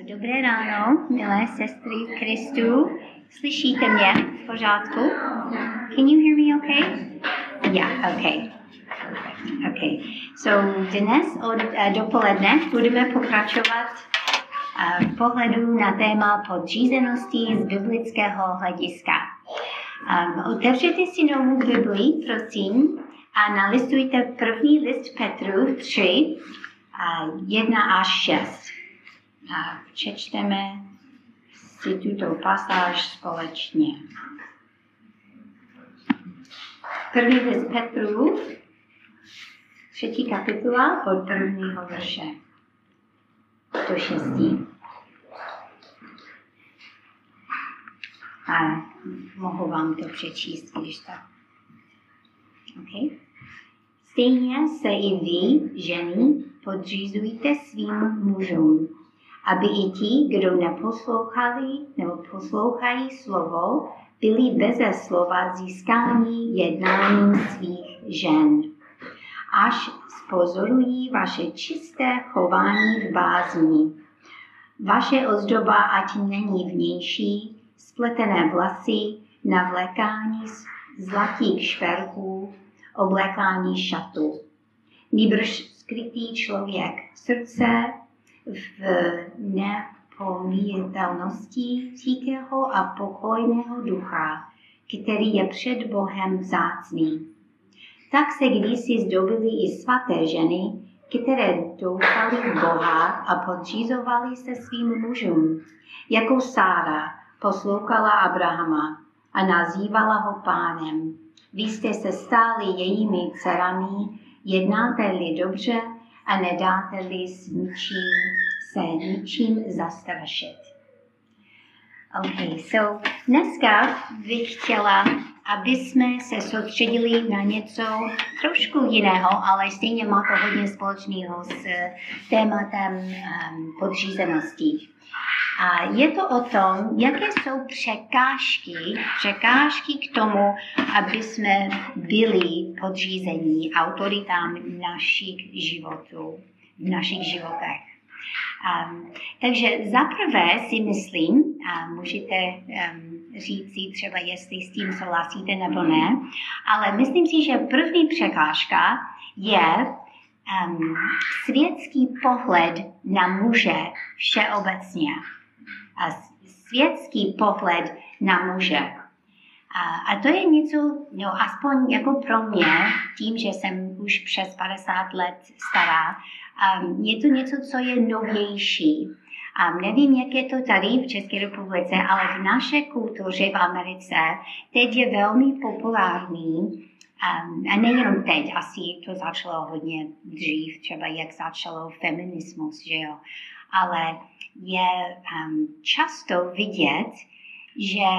Dobré ráno, milé sestry v Kristu. Slyšíte mě v pořádku? Can you hear me okay? Yeah, okay. Okay. So dnes dopoledne budeme pokračovat v pohledu na téma podřízenosti z biblického hlediska. Otevřete si novou Bibli, prosím, a nalistujte první list Petru 3, 1 až 6. A přečteme si tuto pasáž společně. První list Petru, 3. kapitola od 1. verše do 6. A mohu vám to přečíst, když tak. Okay. Stejně se i vy, ženy, podřízujte svým mužům, aby i ti, kdo neposlouchali nebo poslouchají slovo, byli beze slova získáni jednáním svých žen. Až spozorují vaše čisté chování v bázni. Vaše ozdoba ať není vnější, spletené vlasy, navlékání zlatých šperků, oblékání šatu. Nýbrž skrytý člověk srdce v nepomíjitelnosti tichého a pokojného ducha, který je před Bohem vzácný. Tak se kdysi zdobily i svaté ženy, které doufali v Boha a podřízovali se svým mužům, jako Sára poslouchala Abrahama a nazývala ho pánem. Vy jste se stali jejími dcerami, jednáte-li dobře a nedáte-li se ničím zastrašit. Okay, so dneska bych chtěla, aby jsme se soustředili na něco trošku jiného, ale stejně má to hodně společného s tématem podřízenosti. A je to o tom, jaké jsou překážky k tomu, aby jsme byli podřízení autoritám našich životů, v našich životech. Takže zaprvé si myslím, a můžete říct si třeba, jestli s tím souhlasíte nebo ne, ale myslím si, že první překážka je světský pohled na muže všeobecně. A světský pohled na muže. A to je něco, aspoň jako pro mě, tím, že jsem už přes 50 let stará, je to něco, co je novější. Nevím, jak je to tady v České republice, ale v naší kultuře v Americe teď je velmi populární, a nejenom teď, asi to začalo hodně dřív, třeba jak začalo feminismus, že jo, ale je často vidět, že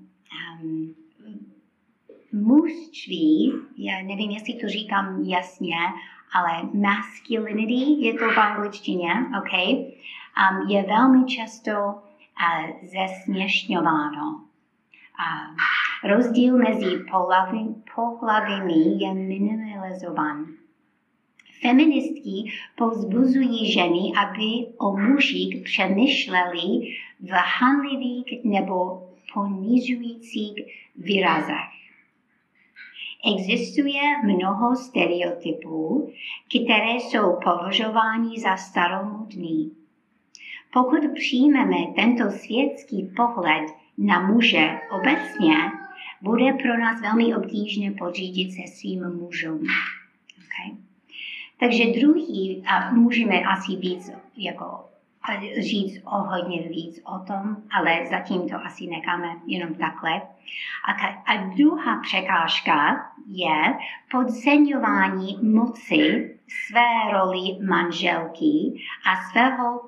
mužství, já nevím, jestli to říkám jasně, ale masculinity, je to v angličtině, okay? Je velmi často zesměšňováno. Rozdíl mezi pohlavími je minimalizovan. Feministky povzbuzují ženy, aby o mužích přemýšleli v hanlivých nebo ponižujících výrazech. Existuje mnoho stereotypů, které jsou považovány za staromódní. Pokud přijmeme tento světský pohled na muže obecně, bude pro nás velmi obtížné podřídit se svým mužům. Okay? Takže druhý, a můžeme asi víc říct hodně víc o tom, ale zatím to asi necháme jenom takhle. A druhá překážka je podceňování moci, své roli manželky a svého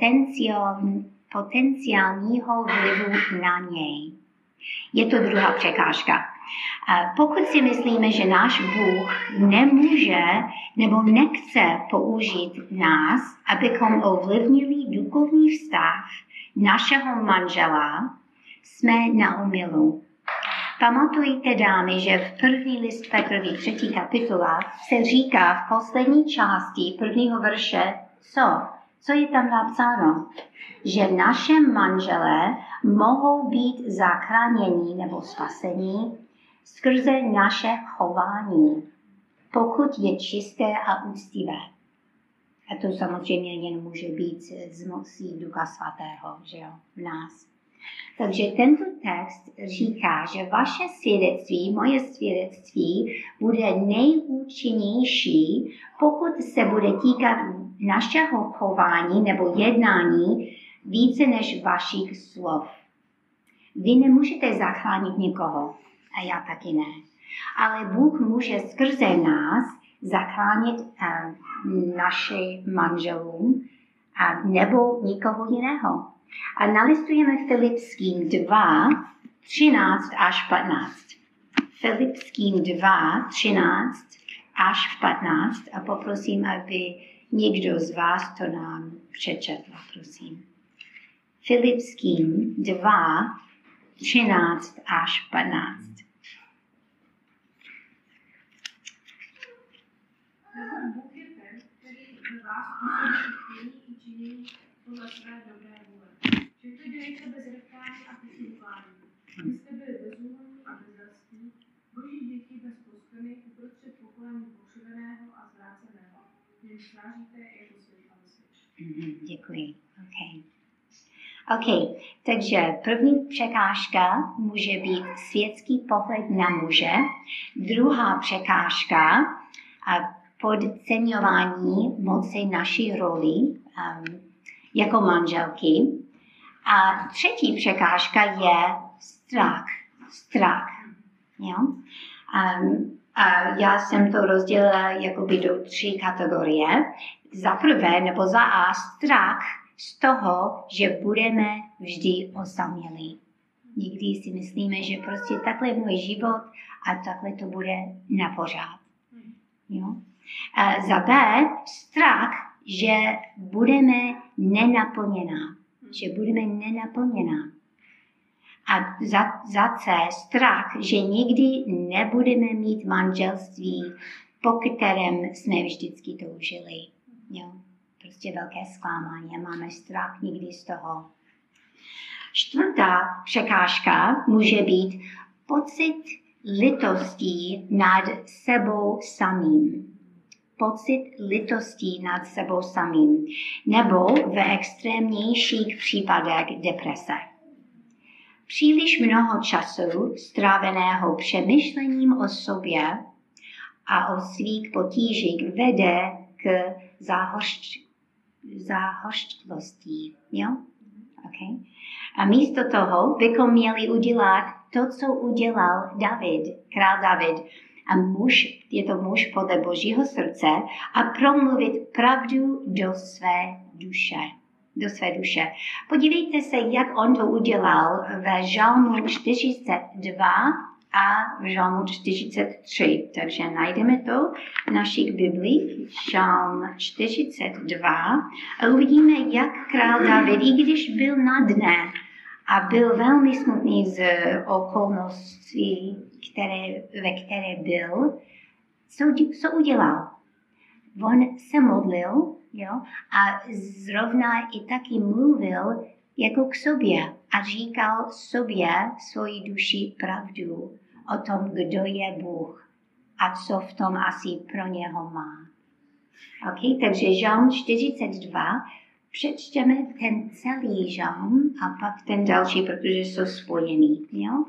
potenciálního vlivu na něj. Je to druhá překážka. Pokud si myslíme, že náš Bůh nemůže nebo nechce použít nás, abychom ovlivnili duchovní vztah našeho manžela, jsme na omylu. Pamatujte, dámy, že v první list Petrovi 3. kapitola se říká v poslední části prvního verše, co? Co je tam napsáno? Že naše manželé mohou být zachráněni nebo spaseni skrze naše chování, pokud je čisté a úctivé. A to samozřejmě jen může být z mocí Ducha Svatého, že jo, v nás. Takže tento text říká, že vaše svědectví, moje svědectví, bude nejúčinnější, pokud se bude týkat našeho chování nebo jednání více než vašich slov. Vy nemůžete zachránit někoho, a já taky ne. Ale Bůh může skrze nás zachránit naše manželům a nebo nikoho jiného. A nalistujeme Filipským 2, 13 až 15. Filipským 2, 13 až 15 a poprosím, aby někdo z vás to nám přečetl, prosím. Filipským 2, 13 až 15. Bůh je ten, který ve vás působí chtění i činění podle své dobré vůle. Že to dělejte bez reptání a pochybování. Abyste byli bezúhonní a bezrastní, boží děti bez poskvrny uprostřed pokolení pokřiveného a zvráceného. Jen snážíte jako světla ve světě. Děkuji. OK, takže první překážka může být světský pohled na muže. Druhá překážka a podceňování moci naší roli jako manželky. A třetí překážka je strach. Jo? A já jsem to rozdělila jakoby do 3 kategorie. Za prvé, nebo za A, strach z toho, že budeme vždy osamělí. Někdy si myslíme, že prostě takhle je můj život a takhle to bude na pořád. Jo? A za B, strach, že budeme nenaplněná. A za C, strach, že nikdy nebudeme mít manželství, po kterém jsme vždycky toužili. Jo? Prostě velké zklamání a máme strach někdy z toho. Čtvrtá překážka může být pocit litostí nad sebou samým. Nebo ve extrémnějších případech deprese. Příliš mnoho času stráveného přemýšlením o sobě a o svých potížích vede k záhořčlosti. Jo? Okay. A místo toho bychom měli udělat to, co udělal král David. A je to muž podle Božího srdce a promluvit pravdu do své duše. Podívejte se, jak on to udělal ve Žalmu 42 a v Žalmu 43. Takže najdeme to v našich Biblích, Žalm 42 a uvidíme, jak král David, i když byl na dne a byl velmi smutný z okolností, ve které byl, co udělal? On se modlil, jo, a zrovna i taky mluvil jako k sobě a říkal sobě, svoji duši pravdu o tom, kdo je Bůh a co v tom asi pro něho má. Okay, takže Žalm 42, přečteme ten celý žalm a pak ten další, protože jsou spojený. Jo?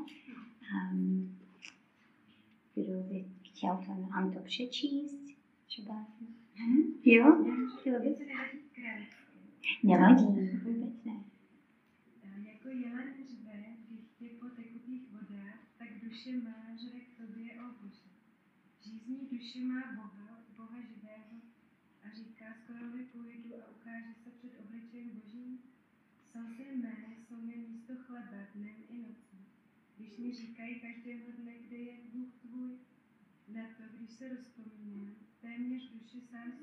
Kdo by chtěl nám to přečíst? Třeba? Jo? Nevadí, vůbec ne. Jako jelen řve dychtě po tekutých vodách, tak duše má žere k tobě, o Bože. Žízní duše má Boha živého a říká, skoro-li půjdu a ukáže se před obličejem Božím. Slzy mé jsou mi místo chleba dnem i nocí. Když mi říkají každého dne, kde je Bůh tvůj, na to, když se rozpomínám, téměř duši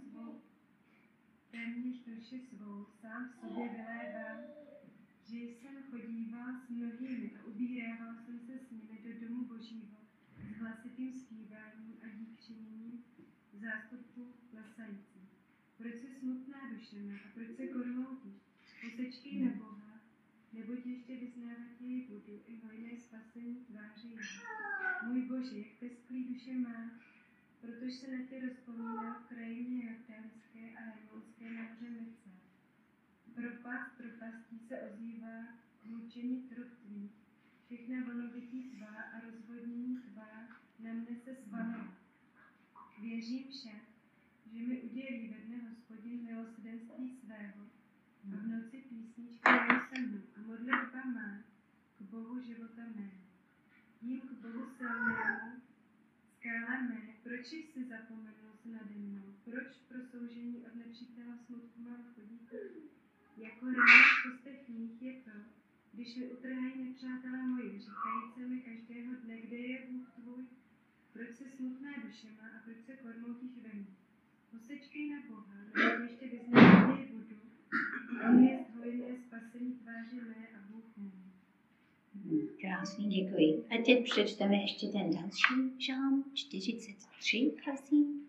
svou sám v sobě vylévám, že jsem chodíval s mnohými a ubírával jsem se s nimi do domu Božího s hlasitým zpíváním a dík činěním zástupců plesajících. Proč jsi smutná duše má a proč se kormoutíš? Posečkej na Boha, neboť ještě vyznávat jej budu i hojné spasení tváře jeho. Můj Bože, jak tesklý duše má, protože se na tě rozpomínal v krajině Jordánské a Hermonské na hoře Mecá. Propastí se ozývá hlučení trup tvých, všechna vlnovitý tvá a rozvodnění tvá na mne se svalila. Věřím však, že mi udělí ve dne Hospodin milosrdenství svého a v noci písnička je se mnou a modlitba má k Bohu života mého. Jím k Bohu silnému, skála mé, proč jsi zapomenul se nade mnou, proč pro soužení od nepřítela smutku mám chodit? Jako rána v kostech mých je to, když mi utrhají nepřátelé moji, říkajíce mi každého dne, kde je Bůh tvůj, proč se smutná duše má a proč se kormoutíš ve mně. Posečkej na Boha, nebo ještě vyznávat jej budu, on je hojné spasení tváře mé a Bůh můj. Krásný, děkuji. A teď přečteme ještě ten další žalm, 43, prosím.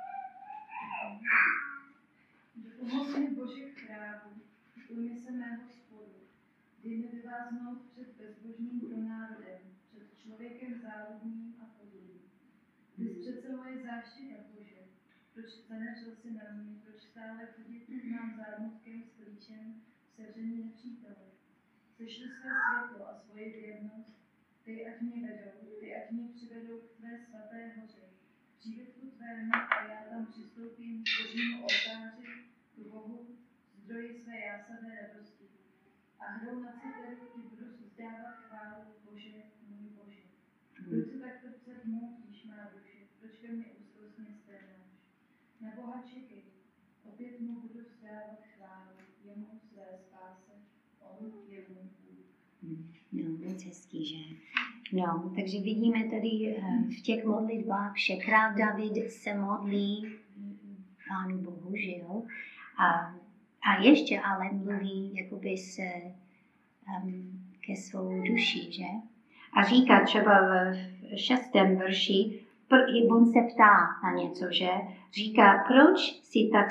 Pomoz mi, Bože, k právu, ujmi se mého sporu, kdy mi vyváznout před bezbožným pronárodem, před člověkem záludným a podlým. Ty jsi přece moje záština, Bože, proč zanešel si na mě, proč stále chodit mám zármutkem s klíčem v sevření nepřítele. Sešli své světlo a svoji věrnost, ty ať mě vedou, ty ať mě přivedou k tvé svaté hoře, příbytku tvému a já tam přistoupím k božímu oltáři, k Bohu, zdroji své jásavé radosti. A hrou na citeru ti budu vzdávat chválu, Bože, můj Bože. Proč se takto předmoutíš, má duše, proč ke mně úzkostně sténáš? Na Boha čekej, opět mu budu vzdávat chválu, jemu své spáse, on je můj Bůh. No, moc hezký, že? No, takže vidíme tady v těch modlitbách, že král David se modlí Pánu Bohu, že jo? A ještě ale mluví jakoby se ke svou duši, že? A říká třeba v 6. verši, on se ptá na něco, že? Říká, proč si tak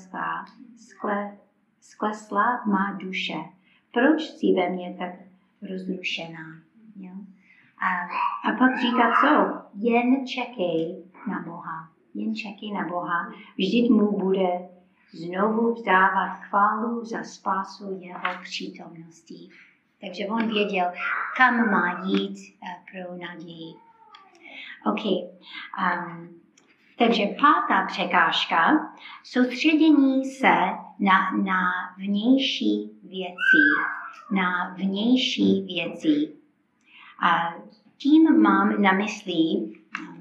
sklesla má duše? Proč jsi ve mně tak rozrušená? Jo? A pak říká co? Jen čekej na Boha. Jen čekej na Boha. Vždyť mu bude znovu vzdávat chválu za spásu jeho přítomností. Takže on věděl, kam má jít pro naději. OK. Takže 5. překážka, soustředění se na vnější věci. Na vnější věci. A tím mám na mysli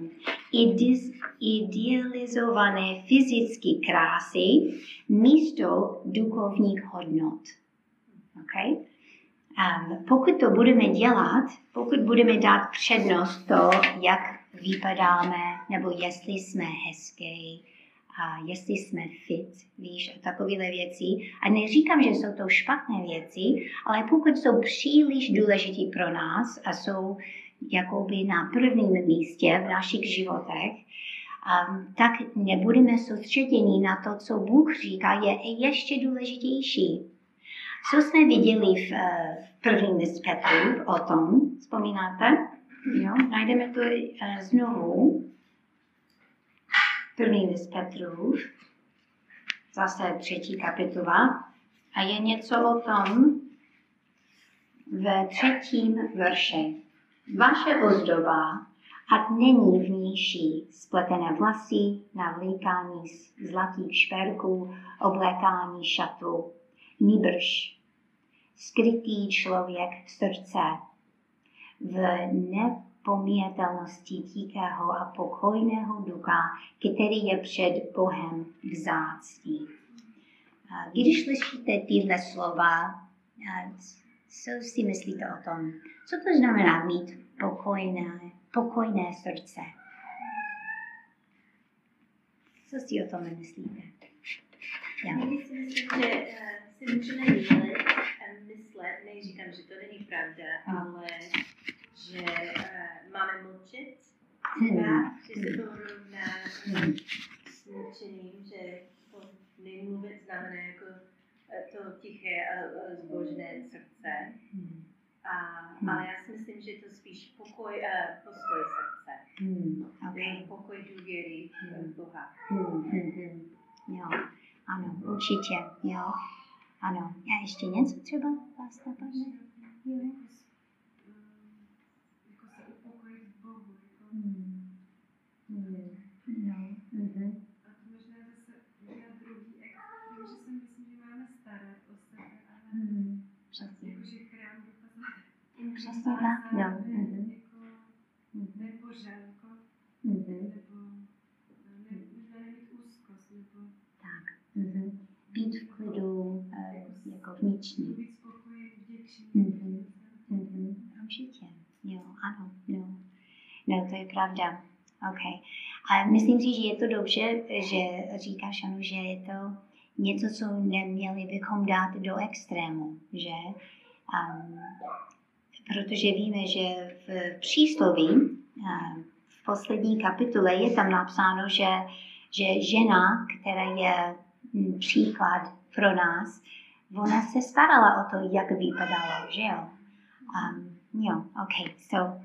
idealizované fyzické krásy místo duchovních hodnot. Okay? Pokud to budeme dělat, pokud budeme dát přednost to, jak vypadáme, nebo jestli jsme hezký, a jestli jsme fit, víš, a takovéhle věci. A neříkám, že jsou to špatné věci, ale pokud jsou příliš důležitý pro nás a jsou jakoby na prvním místě v našich životech, tak nebudeme soustředěni na to, co Bůh říká, je ještě důležitější. Co jsme viděli v prvním list Petrův o tom, vzpomínáte? Jo, najdeme to znovu. První list Petrův, zase 3. kapitola, a je něco o tom ve 3. verši. Vaše ozdoba, ať není vnější, spletené vlasy, navlíkání zlatých šperků, oblékání šatů, nýbrž skrytý člověk srdce v nepomíjitelnosti tichého a pokojného ducha, který je před Bohem vzácný. Když slyšíte tyhle slova, co si myslíte o tom? Co to znamená mít pokojné srdce? Co si o tom myslíte? Já si myslím, že si můžeme myslet, neříkám, že to není pravda, ale že máme mlčet, že se to rovná s mlčením, že to srdce, ale já si myslím, že to spíš postoj srdce. Okay. Pokoj důvěry v Boha. Jo, ano, určitě, jo. Ano, a ještě něco třeba vás napadne? Jo. Jako se upokojit v Bohu. A to možná zase na druhý extrém, že si myslím, že máme starat o sebe, ale jakože chrám ducha přesně tak, no. Nebo žálko, nebo možná nemít úzkost, nebo tak. Být v klidu, jako vnitřní. být spokojený, vděčný. Určitě, jo, ano, no. No, to je pravda. Okay. A myslím si, že je to dobře, že říkáš, ano, že je to něco, co neměli bychom dát do extrému, že? Protože víme, že v přísloví, v poslední kapitole je tam napsáno, že žena, která je příklad pro nás, ona se starala o to, jak vypadalo, že jo? Jo, okay, so,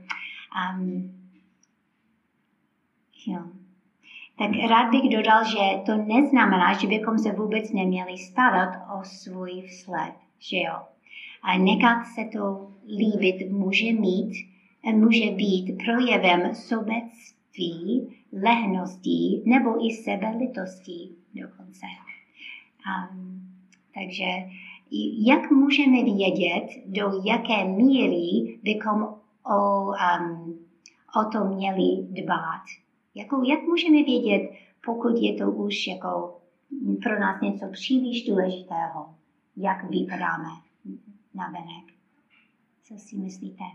jo. Tak rád bych dodal, že to neznamená, že bychom se vůbec neměli starat o svůj vzhled, že jo? A nechat se to líbit může být projevem sobectví, lehnosti nebo i sebelitosti dokonce. Takže jak můžeme vědět, do jaké míry bychom o to měli dbát? Jak můžeme vědět, pokud je to už jako pro nás něco příliš důležitého, jak vypadáme navenek? Co si myslíte?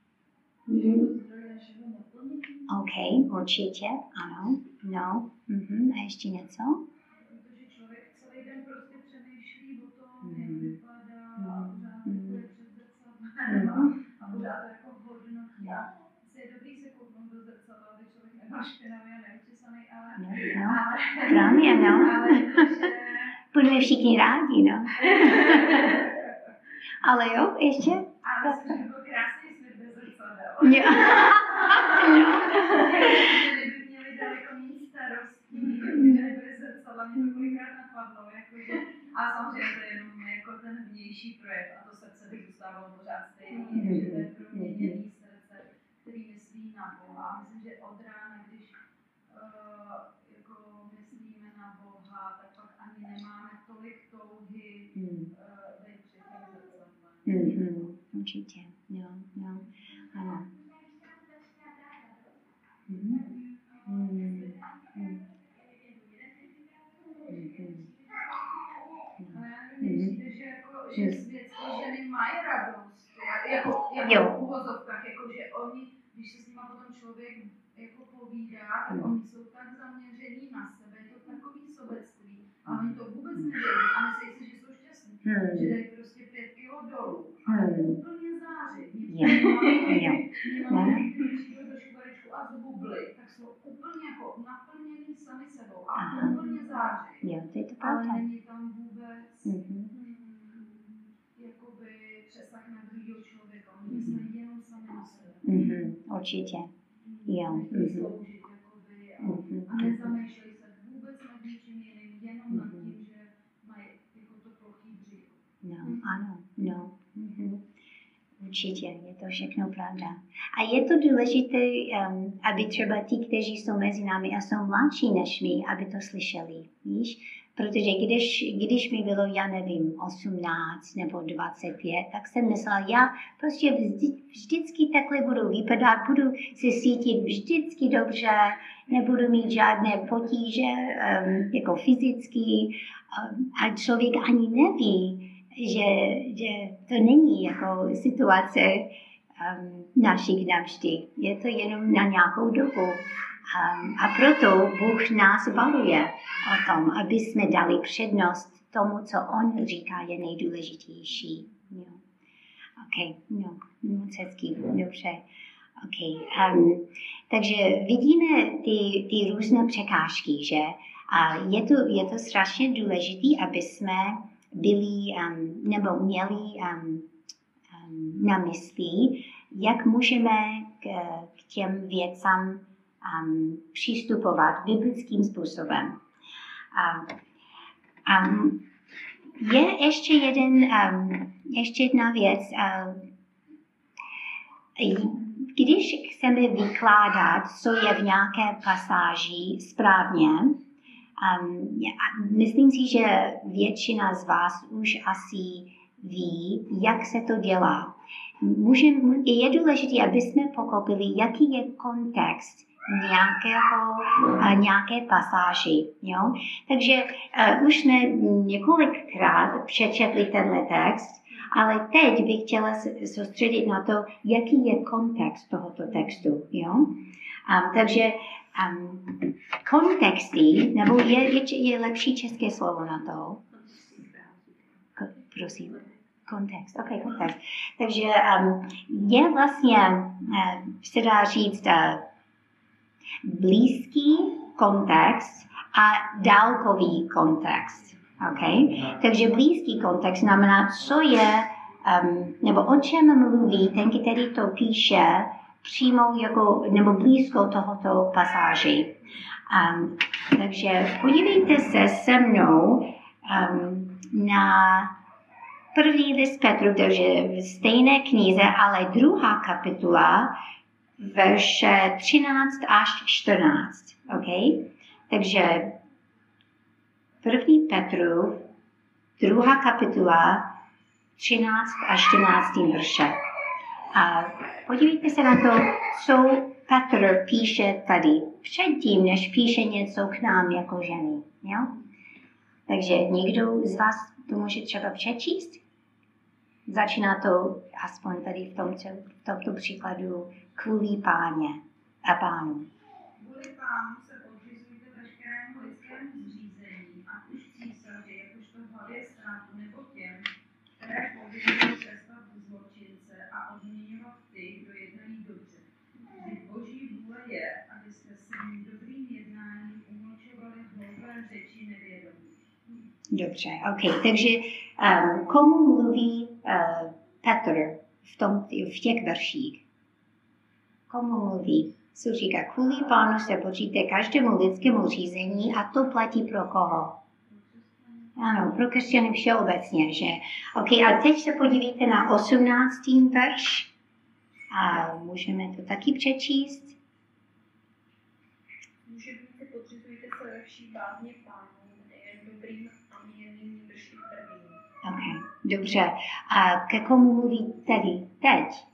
OK, určitě, ano, no. A ještě něco? Protože člověk celý den prostě přemýšlí o tom, jak vypadá, a pořád je před zrcadlem a pořád to jako hodnotí. Je dobrý se kouknout do zrcadla, aby člověk nebyl špinavý a neučesaný, ale... Právě, no. Ale že... Budeme všichni rádi, no. Ale jo, ještě? Ale myslím, že byl krásný svět bez zrcadel. Jo. Že by měli daleko méně starostí, kdyby byly zrcadla, mě to kolikrát napadlo, jakože... A samozřejmě to je jenom jako ten vnější projev a to srdce by zůstávalo pořád stejný, že to je proměněný srdce, který myslí na Boha. Myslím, že od rána, když jako myslíme na Boha, tak pak ani nemáme tolik touhy být před tím zrcadlem. Určitě, jo, ano. Ale já nevím, že světské ženy mají radost, jako v uvozovkách, jako že oni, když se s nima potom člověk jako povídá, tak oni jsou tak zaměření na sebe, je to takový sobectví, a oni to vůbec nevědí a myslí si, že jsou šťastní, že dají prostě 5 kilo dolů, ale úplně září. Máme přijdou do školičku a zhubli, tak jsou úplně jako naplněný sami sebou a úplně září. Jo, to je to ale pravda. není tam vůbec jakoby přesah na druhého člověka. Oni myslí jenom sami na sebe. Určitě. Jo. Sloužit jakoby a nezamýšlej se vůbec nad ničím jiným, jenom nad tím, že mají jako to plochý břicho. No, ano, no. Určitě, je to všechno pravda. A je to důležité, aby třeba ti, kteří jsou mezi námi a jsou mladší než my, aby to slyšeli, víš? Protože když mi bylo, já nevím, 18 nebo 25, tak jsem myslela, já prostě vždycky takhle budu vypadat, budu se cítit vždycky dobře, nebudu mít žádné potíže jako fyzicky a člověk ani neví, že to není jako situace našich navždy. Je to jenom na nějakou dobu. A proto Bůh nás varuje o tom, aby jsme dali přednost tomu, co on říká je nejdůležitější. Jo. OK, no, moc hezký, dobře. OK, takže vidíme ty různé překážky, že? A je to strašně důležité, aby jsme byli nebo měli na mysli, jak můžeme k těm věcem přistupovat biblickým způsobem. Je ještě jedna věc. Když chceme vykládat, co je v nějaké pasáži správně, myslím si, že většina z vás už asi ví, jak se to dělá. Je důležité, aby jsme pochopili, jaký je kontext nějaké pasáži. Jo? Takže už jsme několikrát přečetli tenhle text, ale teď bych chtěla soustředit na to, jaký je kontext tohoto textu. Jo? Takže kontexty, nebo je lepší české slovo na to? Prosím. Kontext, ok, kontext. Takže je vlastně, se dá říct, blízký kontext a dálkový kontext. Okay? Takže blízký kontext znamená, co je, nebo o čem mluví ten, který to píše, přímo nebo blízko tohoto pasáži. Takže podívejte se se mnou na první list Petru, takže v stejné knize, ale 2. kapitola, verše 13 až 14. Okay? Takže 1. Petru, 2. kapitola, 13 až 14. verše. A podívejte se na to, co Petr píše tady, předtím, než píše něco k nám jako ženy. Jo? Takže někdo z vás to může třeba přečíst? Začíná to aspoň tady v tomto příkladu kvůli Páně a Pánu. Kvůli Pánu se podřizujte veškerému lidskému zřízení, a už císaři, jakožto hlavě státu, nebo těm, které povinnou trestat zločince a odměňovat ty, kdo jednají dobře. Vždyť Boží vůle je, abyste svým dobrým jednáním umlčovali hloupé řeči nevědomých. Dobře, ok. Takže komu mluví Petr v těch verších? Komu mluví? Co říká? Kvůli Pánu se podříte každému lidskému řízení a to platí pro koho? Ano, pro křesťany všeobecně, že? Ok, a teď se podívejte na 18. verš. A můžeme to taky přečíst? Muževníci, podřizujte se ve vší bázně Pánu, nejen dobrým a mírným drží první. Ok, dobře. A ke komu mluví tedy teď?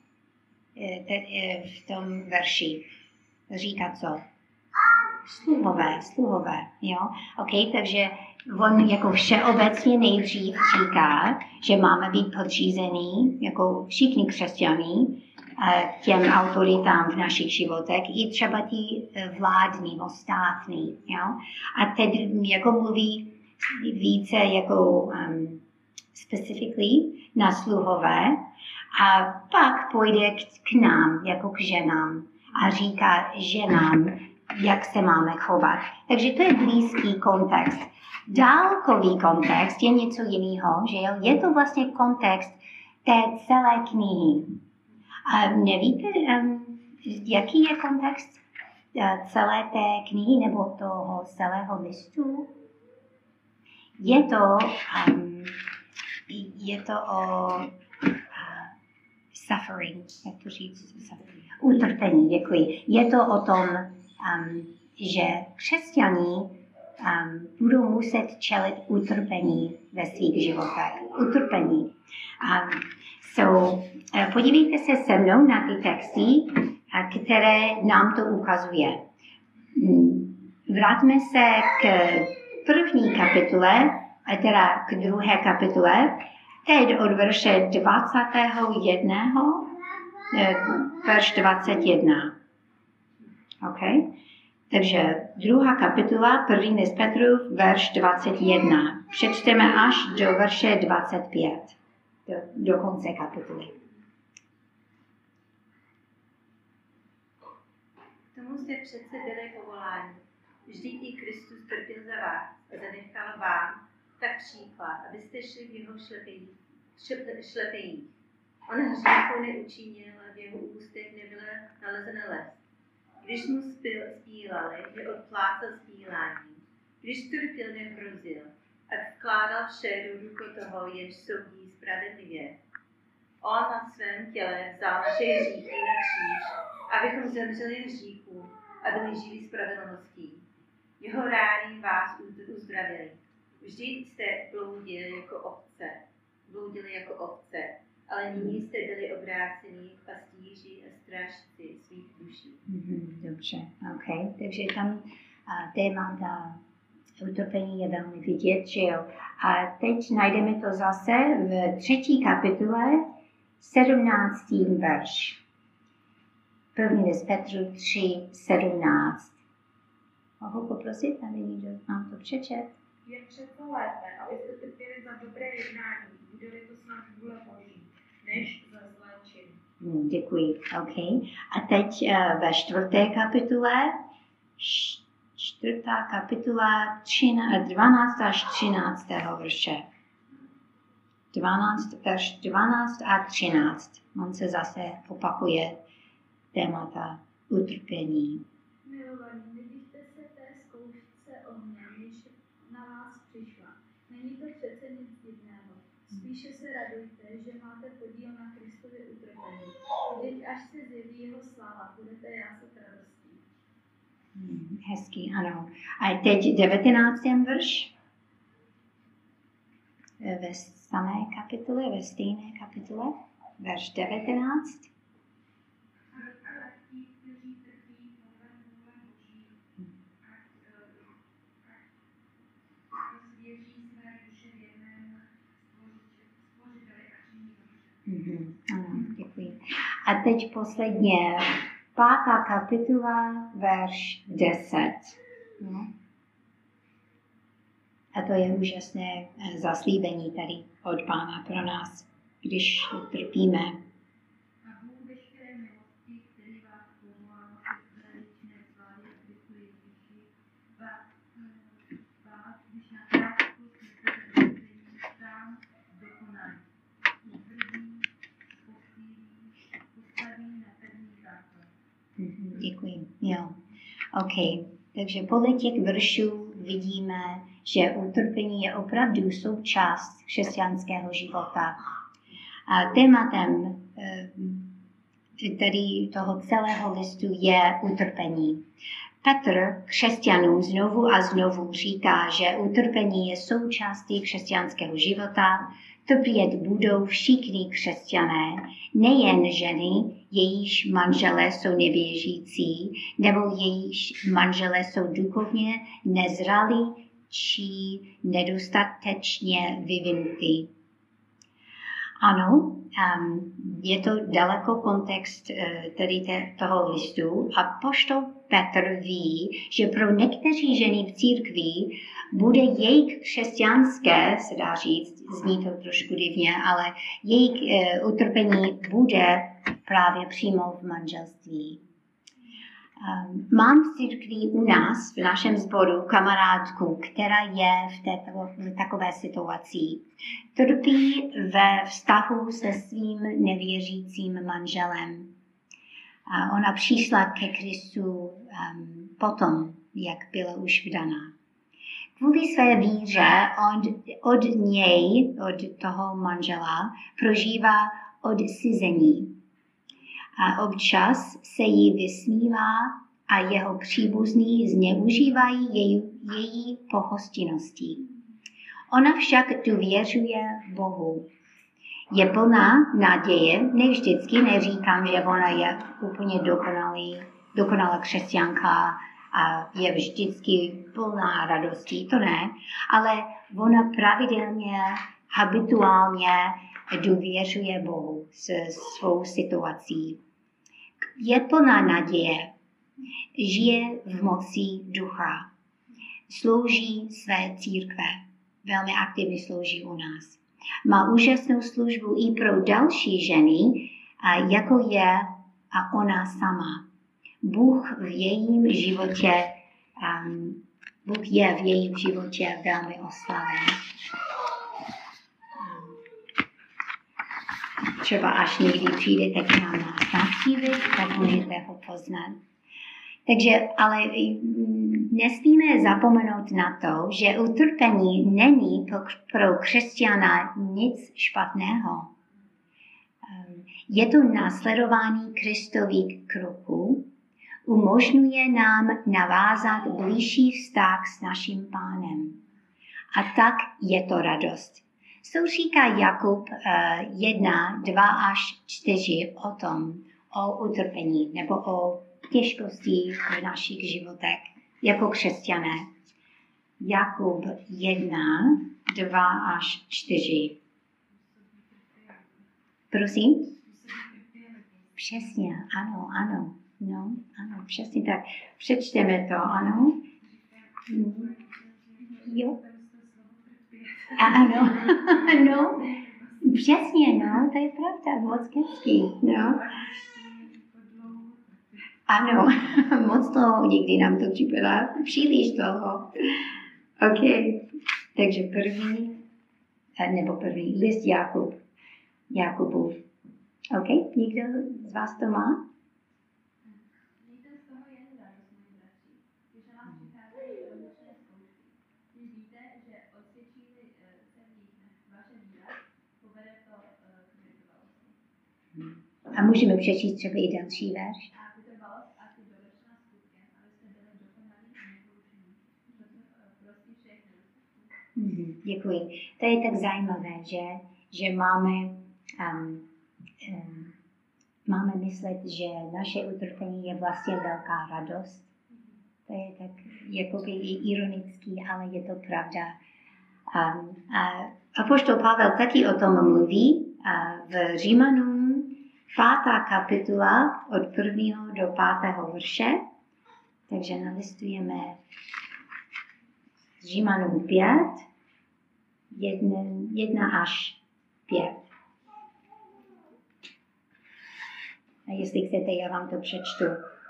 V tom verši. Říká co? Sluhové, jo? Ok, takže on jako všeobecně nejdřív říká, že máme být podřízený, jako všichni křesťané, těm autoritám v našich životech, i třeba ti vládní, státní, jo? A teď jako mluví více jako specifically na sluhové, a pak půjde k nám, jako k ženám, a říká ženám, jak se máme chovat. Takže to je blízký kontext. Dálkový kontext je něco jiného, že je to vlastně kontext té celé knihy. A nevíte, jaký je kontext celé té knihy nebo toho celého listu? Je to o suffering, jak to říct? Utrpení, děkuji. Je to o tom, že křesťané budou muset čelit utrpení ve svých životech. Utrpení. Podívejte se se mnou na ty texty, které nám to ukazuje. Vrátíme se k 1. kapitole, teda k 2. kapitole, teď od verše 21. Verš 21. OK? Takže 2. kapitola, 1. list Petru, verš 21. Přečteme až do verše 25. Do konce kapitoly. K tomu jste přece byli povoláni. Vždyť i Kristus trpěl za vás a zanechal vám tak příklad, abyste šli v jeho šlepejích. On hříchu neučinil a v jeho ústech nebyla nalezena lest. Když mu spílali, neodplácal spílání. Když trpěl, nehrozil a vkládal vše do rukou toho, jenž soudí spravedlivě. On na svém těle vzal naše hříchy na kříž, abychom zemřeli hříchu a byli živí spravedlností. Jeho rány vás uzdravili. Vždyť jste bloudili jako ovce, ale nyní jste byli obráceni k pastýři a strážci svých duší. Dobře, ok. Takže tam témata utrpení je velmi vidět, že jo. A teď najdeme to zase v 3. kapitole, 17. verš. První list Petru 3, 17. Mohu poprosit, aby někdo nám to přečet? Je přece lépe, abyste trpěli za dobré jednání, bude-li to snad vůle Boží, než za zlé činy. Děkuji, ok. A teď ve 4. kapitole, 12 až 13. verše. 12 a 13. On se zase opakuje témata utrpení. Milovaní, nedivte se té zkoušce ohně, než na vás přišla. Není to přece nic divného. Spíše se radujte, že máte podíl na Kristově utrpení. Vždyť až se zjeví jeho sláva, budete jásat radostí. Hezký, ano. A teď 19. verš. Ve samé kapitole, ve stejné kapitole, verš 19. Ano, děkuji. A teď posledně 5. kapitola, verš 10. No. A to je úžasné zaslíbení tady od Pána pro nás, když trpíme. A Bůh veškeré milosti, který vás povolal před veličné slávy a Kristu Ježíši, vás, když na krátku smrti sám dokonají. Utvrdí, posílí, postaví na pevný základ. Děkuji. Jo. OK. Takže podle těch veršů vidíme, že utrpení je opravdu součást křesťanského života. A tématem tedy toho celého listu je utrpení. Petr křesťanům znovu a znovu říká, že utrpení je součástí křesťanského života. Trpět budou všichni křesťané, nejen ženy, jejíž manželé jsou nevěřící, nebo jejíž manželé jsou duchovně nezralí či nedostatečně vyvinutí. Ano, je to daleko kontext tedy toho listu a apoštol Petr ví, že pro některé ženy v církvi bude jejich křesťanské, se dá říct, zní to trošku divně, ale jejich utrpení bude právě přímo v manželství. Mám v církvi u nás, v našem sboru, kamarádku, která je v takové situaci. Trpí ve vztahu se svým nevěřícím manželem. Ona přišla ke Kristu potom, jak byla už vdaná. Kvůli své víře od něj, od toho manžela, prožívá odcizení. A občas se jí vysmívá a jeho příbuzní zneužívají její pohostinnosti. Ona však důvěřuje Bohu. Je plná naděje, ne vždycky, neříkám, že ona je úplně dokonalá křesťanka a je vždycky plná radostí, to ne, ale ona pravidelně, habituálně důvěřuje Bohu s svou situací. Je plná naděje, žije v moci ducha, slouží své církve, velmi aktivně slouží u nás. Má úžasnou službu i pro další ženy, jako je a ona sama. Bůh je v jejím životě velmi oslaven. třeba až někdy přijdete k nám navštívit, tak můžete ho poznat. Takže, ale nesmíme zapomenout na to, že utrpení není pro křesťana nic špatného. Je to následování Kristových kroků, umožňuje nám navázat blížší vztah s naším Pánem. A tak je to radost. Co říká Jakub 1, 2 až 4 o tom, o utrpení nebo o těžkosti v našich životech jako křesťané. Jakub 1, 2 až 4. Prosím? Přesně, ano. No, ano, přesně tak. Přečteme to, ano. Jo. Ano, no, přesně, no, to je pravda, moc hezký, no. Ano, moc dlouho, někdy nám to připadá příliš dlouho. OK, takže první list Jakubův. OK, někdo z vás to má? Mějte z toho jen radost, moji bratři, když na vás přicházejí rozličné zkoušky. Když víte, že osvědčí-li se v nich vaše víra, povede to k vytrvalosti. A můžeme přečíst třeba i další verš. A vytrvalost a ty dovršená skutkem, abyste byli dokonalí a neporušení. Prostý všech nedostatků. Děkuji. To je tak zajímavé, že máme myslet, že naše utrpení je vlastně velká radost. To je tak jakoby ironický, ale je to pravda. Apoštol Pavel taky o tom mluví v Římanům 5. kapitola od 1. do 5. verše. Takže nalistujeme Římanům 5, 1 až 5. A jestli chcete, já vám to přečtu.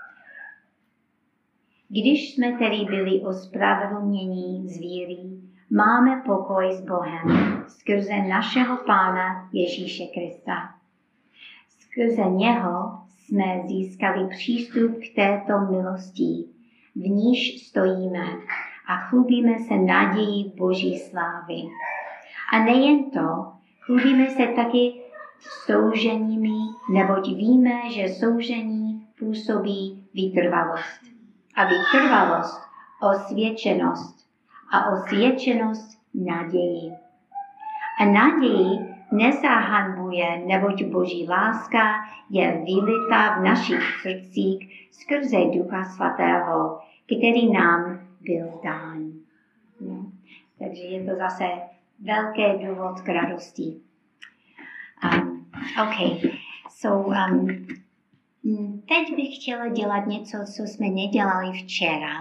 Když jsme tedy byli ospravedlněni z víry, máme pokoj s Bohem skrze našeho Pána Ježíše Krista. Skrze něho jsme získali přístup k této milosti, v níž stojíme a chlubíme se nadějí Boží slávy. A nejen to, chlubíme se taky souženími, neboť víme, že soužení působí vytrvalost. A vytrvalost osvědčenost. A osvědčenost naději. A naději nezahanbuje, neboť Boží láska je vylita v našich srdcích skrze Ducha Svatého, který nám byl dán. No. Takže je to zase velký důvod k radosti. Teď bych chtěla dělat něco, co jsme nedělali včera.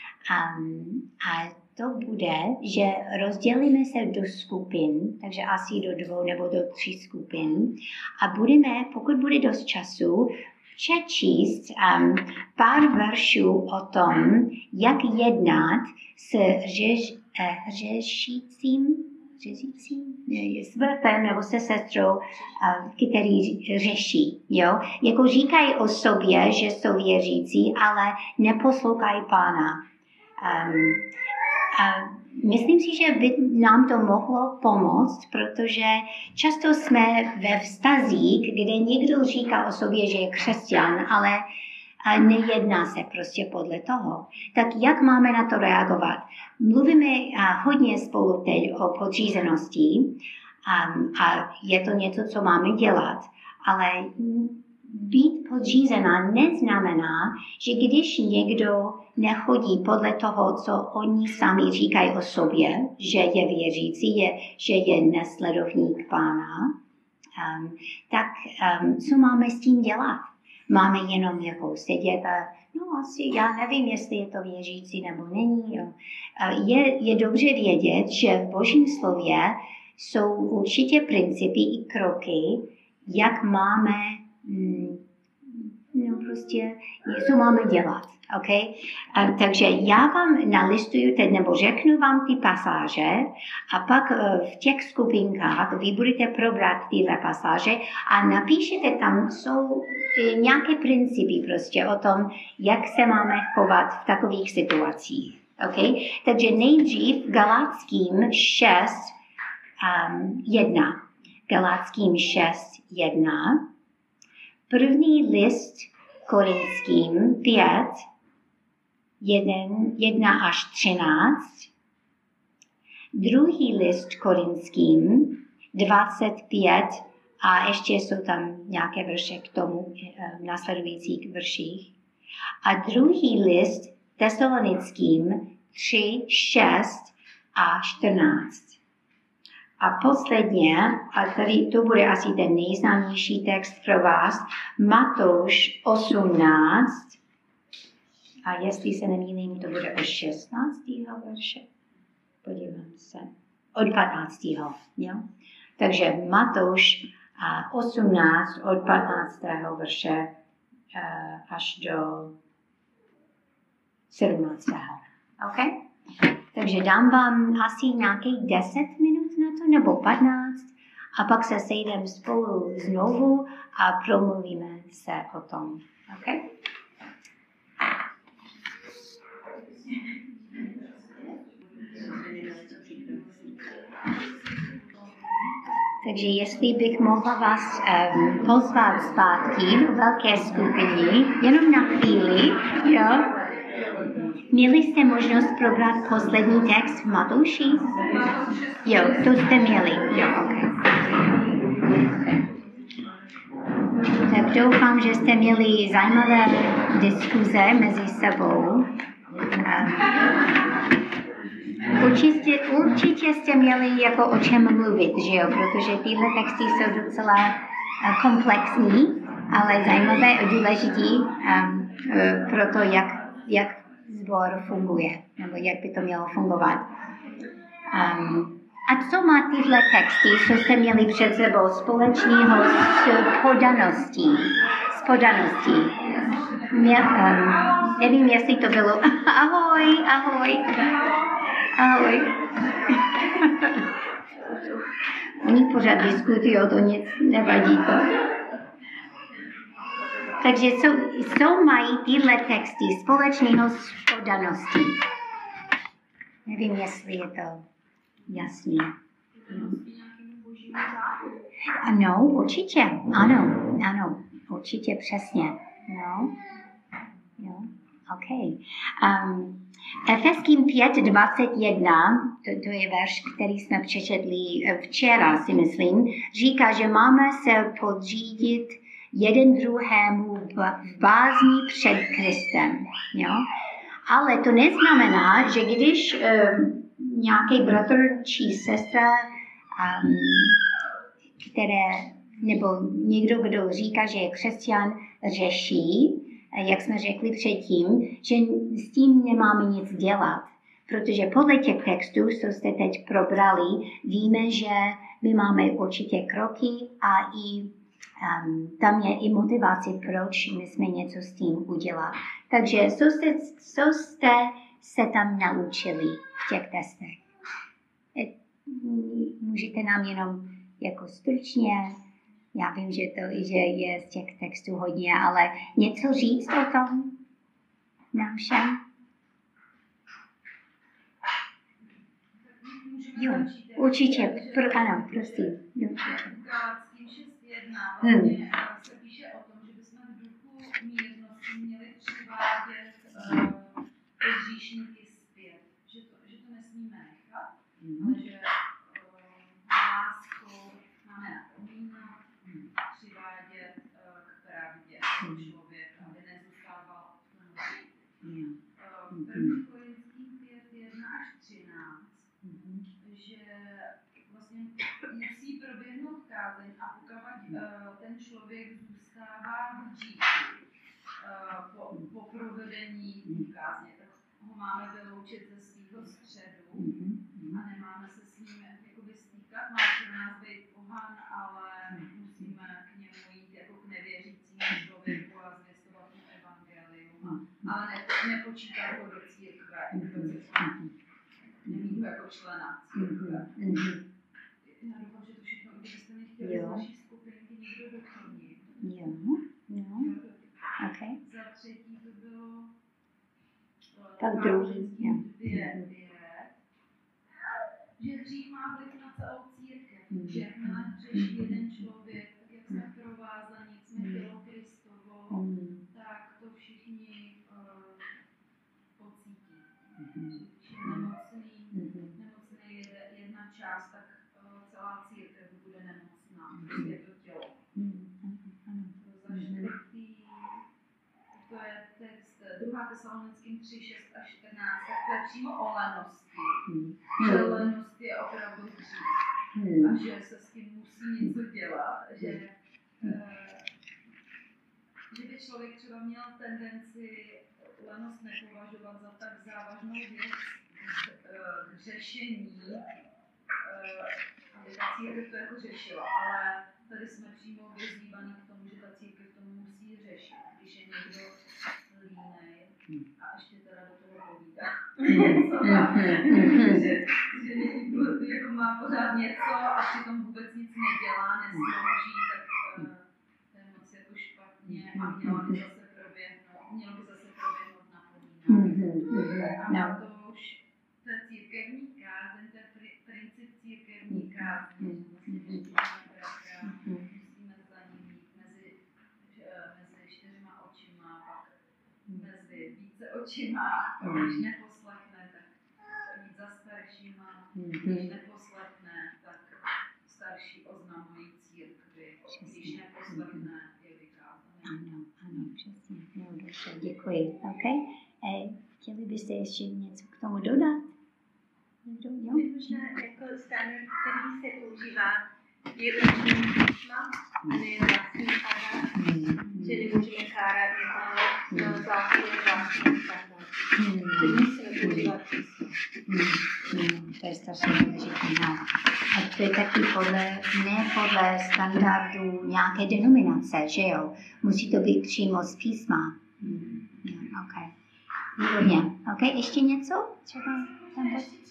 A to bude, že rozdělíme se do skupin, takže asi do 2 nebo do 3 skupin. A budeme, pokud bude dost času, přečíst pár veršů o tom, jak jednat s s bratrem nebo se sestrou, který řeší. Jo? Jako říkají o sobě, že jsou věřící, ale neposlouchají Pána. Myslím si, že by nám to mohlo pomoct, protože často jsme ve vztazích, kde někdo říká o sobě, že je křesťan, ale nejedná se prostě podle toho. Tak jak máme na to reagovat? Mluvíme hodně spolu teď o podřízenosti a je to něco, co máme dělat, ale být podřízená neznamená, že když někdo nechodí podle toho, co oni sami říkají o sobě, že je věřící, že je nesledovník Pána, tak co máme s tím dělat? Máme jenom jako sedět a asi já nevím, jestli je to věřící nebo není. Jo. Je dobře vědět, že v Božím slově jsou určitě principy i kroky, jak máme, co máme dělat. Okay? Takže já vám nalistuju teď, nebo řeknu vám ty pasáže a pak v těch skupinkách vy budete probrat tyhle pasáže a napíšete tam, jsou nějaké principy prostě o tom, jak se máme chovat v takových situacích. Okay? Takže nejdřív Galackým 6:1. Galackým 6:1. První list Korinským 5:1-13. Druhý list Korinským 25 a ještě jsou tam nějaké verše k tomu v následujících verších. A druhý list Tesalonickým 3:6-14. A posledně, a tady to bude asi ten nejznámější text pro vás, Matouš 18, a jestli se nemýlím, to bude od 16. verše. Podívám se. Od 15. Jo? Takže Matouš 18 od 15. verše až do 17. Okay? Takže dám vám asi nějakých 10 minut na to, nebo 15, a pak se sejdeme spolu znovu a promluvíme se o tom. Okay? Takže jestli bych mohla vás pozvat zpátky do velké skupiny, jenom na chvíli, jo? Měli jste možnost probrat poslední text v Matouši? Jo, to jste měli. Jo, okay. Tak doufám, že jste měli zajímavé diskuze mezi sebou. Určitě jste měli jako o čem mluvit, že jo? Protože tyhle texty jsou docela komplexní, ale zajímavé a důležitý pro to, jak sbor funguje, nebo jak by to mělo fungovat. A co má tyhle texty, co jste měli před sebou společného s podaností? Nevím, jestli to bylo. Ahoj. Oni pořád diskutují, to nic nevadí to. Takže co mají tyhle texty společného s podaností? Nevím, jestli je to jasně. Ano, určitě. Ano, určitě přesně. No. Jo, OK. Efeským 5:21, to je verš, který jsme přečetli včera, si myslím, říká, že máme se podřídit jeden druhému v bázni před Kristem. Jo? Ale to neznamená, že když nějaký bratr či sestra, nebo někdo, kdo říká, že je křesťan, řeší, jak jsme řekli předtím, že s tím nemáme nic dělat. Protože podle těch textů, co jste teď probrali, víme, že my máme určitě kroky a i tam je i motivace, proč my jsme něco s tím udělat. Takže co jste se tam naučili v těch testech? Můžete nám jenom jako stručně, já vím, že je z těch textů hodně, ale něco říct o tom nám všem? Jo, určitě. Ano, prosím. Galackým 6:1 se píše o tom, že bychom v duchu mírnosti měli přivádět hříšníky zpět. Že to nesmíme nechat, ale že láskou máme napomínat, přivádět k pravdě člověk, aby nezůstával v tom hřích. První Korinským 5:1-13, že vlastně musí proběhnout kázeň a pokud ten člověk zůstává v hříchu po provedení kázně, tak ho máme vyloučit ze svého středu a nemáme se s ním jakoby stýkat. Má pro nás být pohan, ale musíme k němu jít jako k nevěřícímu člověku a zvěstovat mu evangelium. Ale nepočítat ho do církve, nemít ho jako člena církve. Já doufám, že to všechno, kdybyste mi chtěli z naší skupinky někdo doplnit. Jo. Okay. Za třetí to bylo tak druhý. Že hřích má vliv na celou církev. Že jakmile řeší jeden člověk, tak jak jsme provázaní, jsme tělo Kristovo, tak to všichni pocítí. Když je nemocný jedna část, tak celá církev bude nemocná. Prostě to tělo. Za čtvrtý, to je text 2. Tesalonickým 3, 6 a 14, tak to je přímo o lenosti. Že lenost je opravdu hřích a že se s tím musí něco dělat, že by člověk třeba měl tendenci lenost nepovažovat za tak závažnou věc k řešení, aby ta církev to jako řešila, ale tady jsme přímo vyzývaní k tomu, že ta církev to musí řešit, když je někdo línej a ještě teda do toho povídá. že někdo jako má pořád něco a přitom vůbec nic nedělá, neslouží, tak to je moc jako špatně a mělo by zase proběhnout na povídání. A to už to je církevní kázeň, to je princip církevní kázně. Musíme za ním jít mezi 4 očima, pak mezi více očima, když neposlechne, tak jít za staršíma, když neposlechne, tak starší oznamují církvi, když neposlechne, je vykázaný. Ano, přesně. No, dobře, děkuji. Okay. Chtěli byste ještě něco k tomu dodat? Možná jako standard, který se používá, je učení písma, a ne vlastní kára, že nemůžeme kárat někoho za vlastní standard. Teď musíme používat písmo. To je strašně důležité. A to je taky ne podle standardu nějaké denominace, že jo? Musí to být přímo z písma. Okay. Výborně. Okay, ještě něco? Třeba tam bude?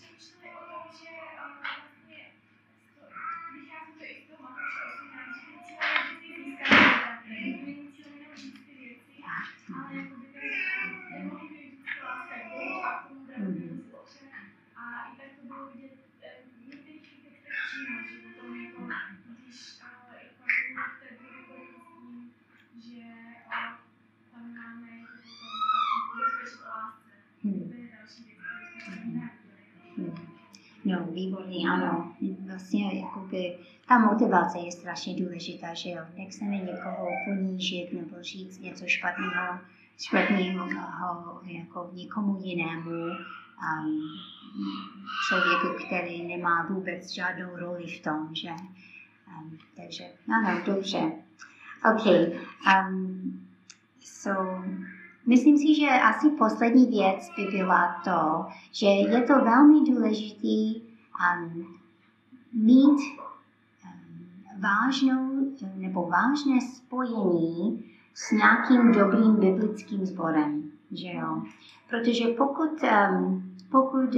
No, výborný, ano. Vlastně jakoby, ta motivace je strašně důležitá, že jo. Nechceme někoho ponížit nebo říct něco špatného jako někomu jinému, člověku, který nemá vůbec žádnou roli v tom, že. Takže, ano, dobře. OK. Myslím si, že asi poslední věc by byla to, že je to velmi důležité mít vážné spojení s nějakým dobrým biblickým sborem, že jo? Protože pokud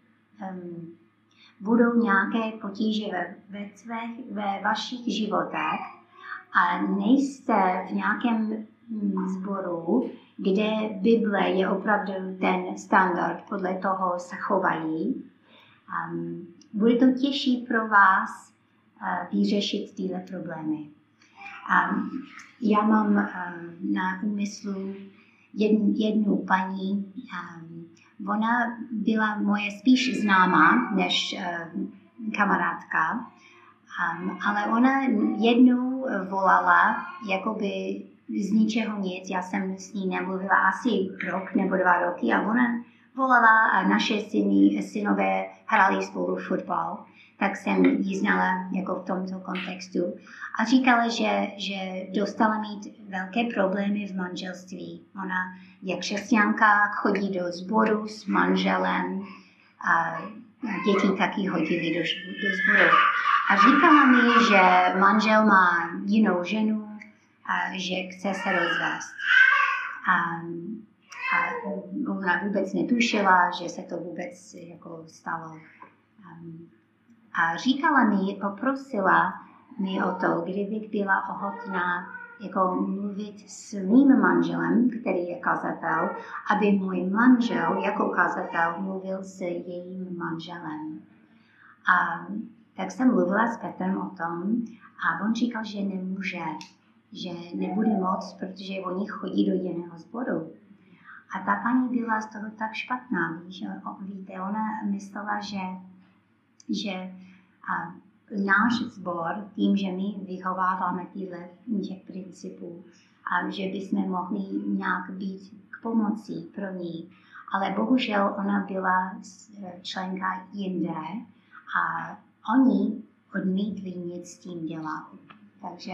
budou nějaké potíže ve vašich životech a nejste v nějakém sboru, kde Bible je opravdu ten standard, podle toho se chovají, bude to těžší pro vás vyřešit tyhle problémy. Já mám na úmyslu jednu paní, ona byla moje spíš známá než kamarádka, ale ona jednou volala jakoby z ničeho nic, já jsem s ní nemluvila asi rok nebo 2 roky a ona volala a naše synové hráli spolu fotbal, tak jsem ji znala jako v tomto kontextu a říkala, že dostala mít velké problémy v manželství. Ona je křesťanka, chodí do sboru s manželem a děti taky chodili do sboru. A říkala mi, že manžel má jinou ženu, a že chce se rozvést. ona vůbec netušila, že se to vůbec jako stalo. A říkala mi, poprosila mi o to, kdybych byla ochotná jako mluvit s mým manželem, který je kazatel, aby můj manžel jako kazatel mluvil s jejím manželem. A tak jsem mluvila s Petrem o tom a on říkal, že nemůže, že nebude moc, protože oni chodí do jiného sboru. A ta paní byla z toho tak špatná, víte, ona myslela, že náš sbor, tím, že my vychováváme těch principů, a že bychom mohli nějak být k pomoci pro ní. Ale bohužel ona byla členka jinde a oni odmítli nic s tím dělat. Takže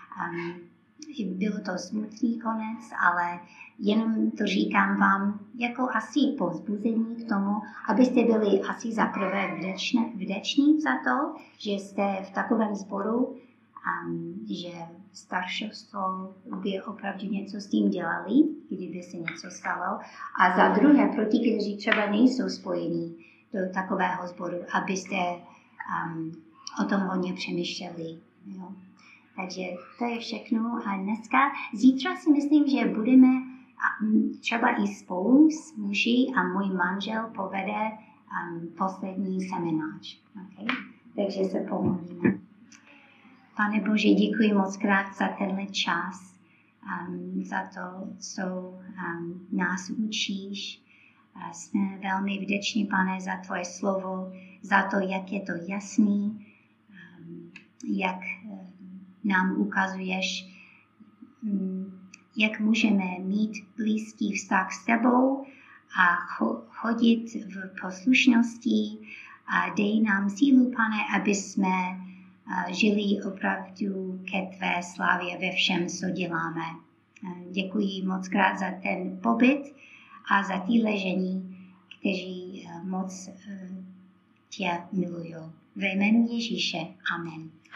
bylo to smutný konec, ale jenom to říkám vám jako asi povzbuzení k tomu, abyste byli asi za prvé vděční za to, že jste v takovém sboru, že staršovstvo by opravdu něco s tím dělali, kdyby se něco stalo. A za druhé, pro ty, kteří třeba nejsou spojení do takového sboru, abyste o tom hodně přemýšleli. Jo. Takže to je všechno a dneska. Zítra si myslím, že budeme třeba i spolu s muži a můj manžel povede poslední seminář. Okay? Takže se pomodlíme. Pane Bože, děkuji moc krát za tenhle čas, za to, co nás učíš. Jsme velmi vděční, Pane, za tvoje slovo, za to, jak je to jasný, jak nám ukazuješ, jak můžeme mít blízký vztah s tebou a chodit v poslušnosti a dej nám sílu, Pane, aby jsme žili opravdu ke tvé slávě ve všem, co děláme. Děkuji moc krát za ten pobyt a za ty ležení, kteří moc tě milují. Ve jménu Ježíše. Amen.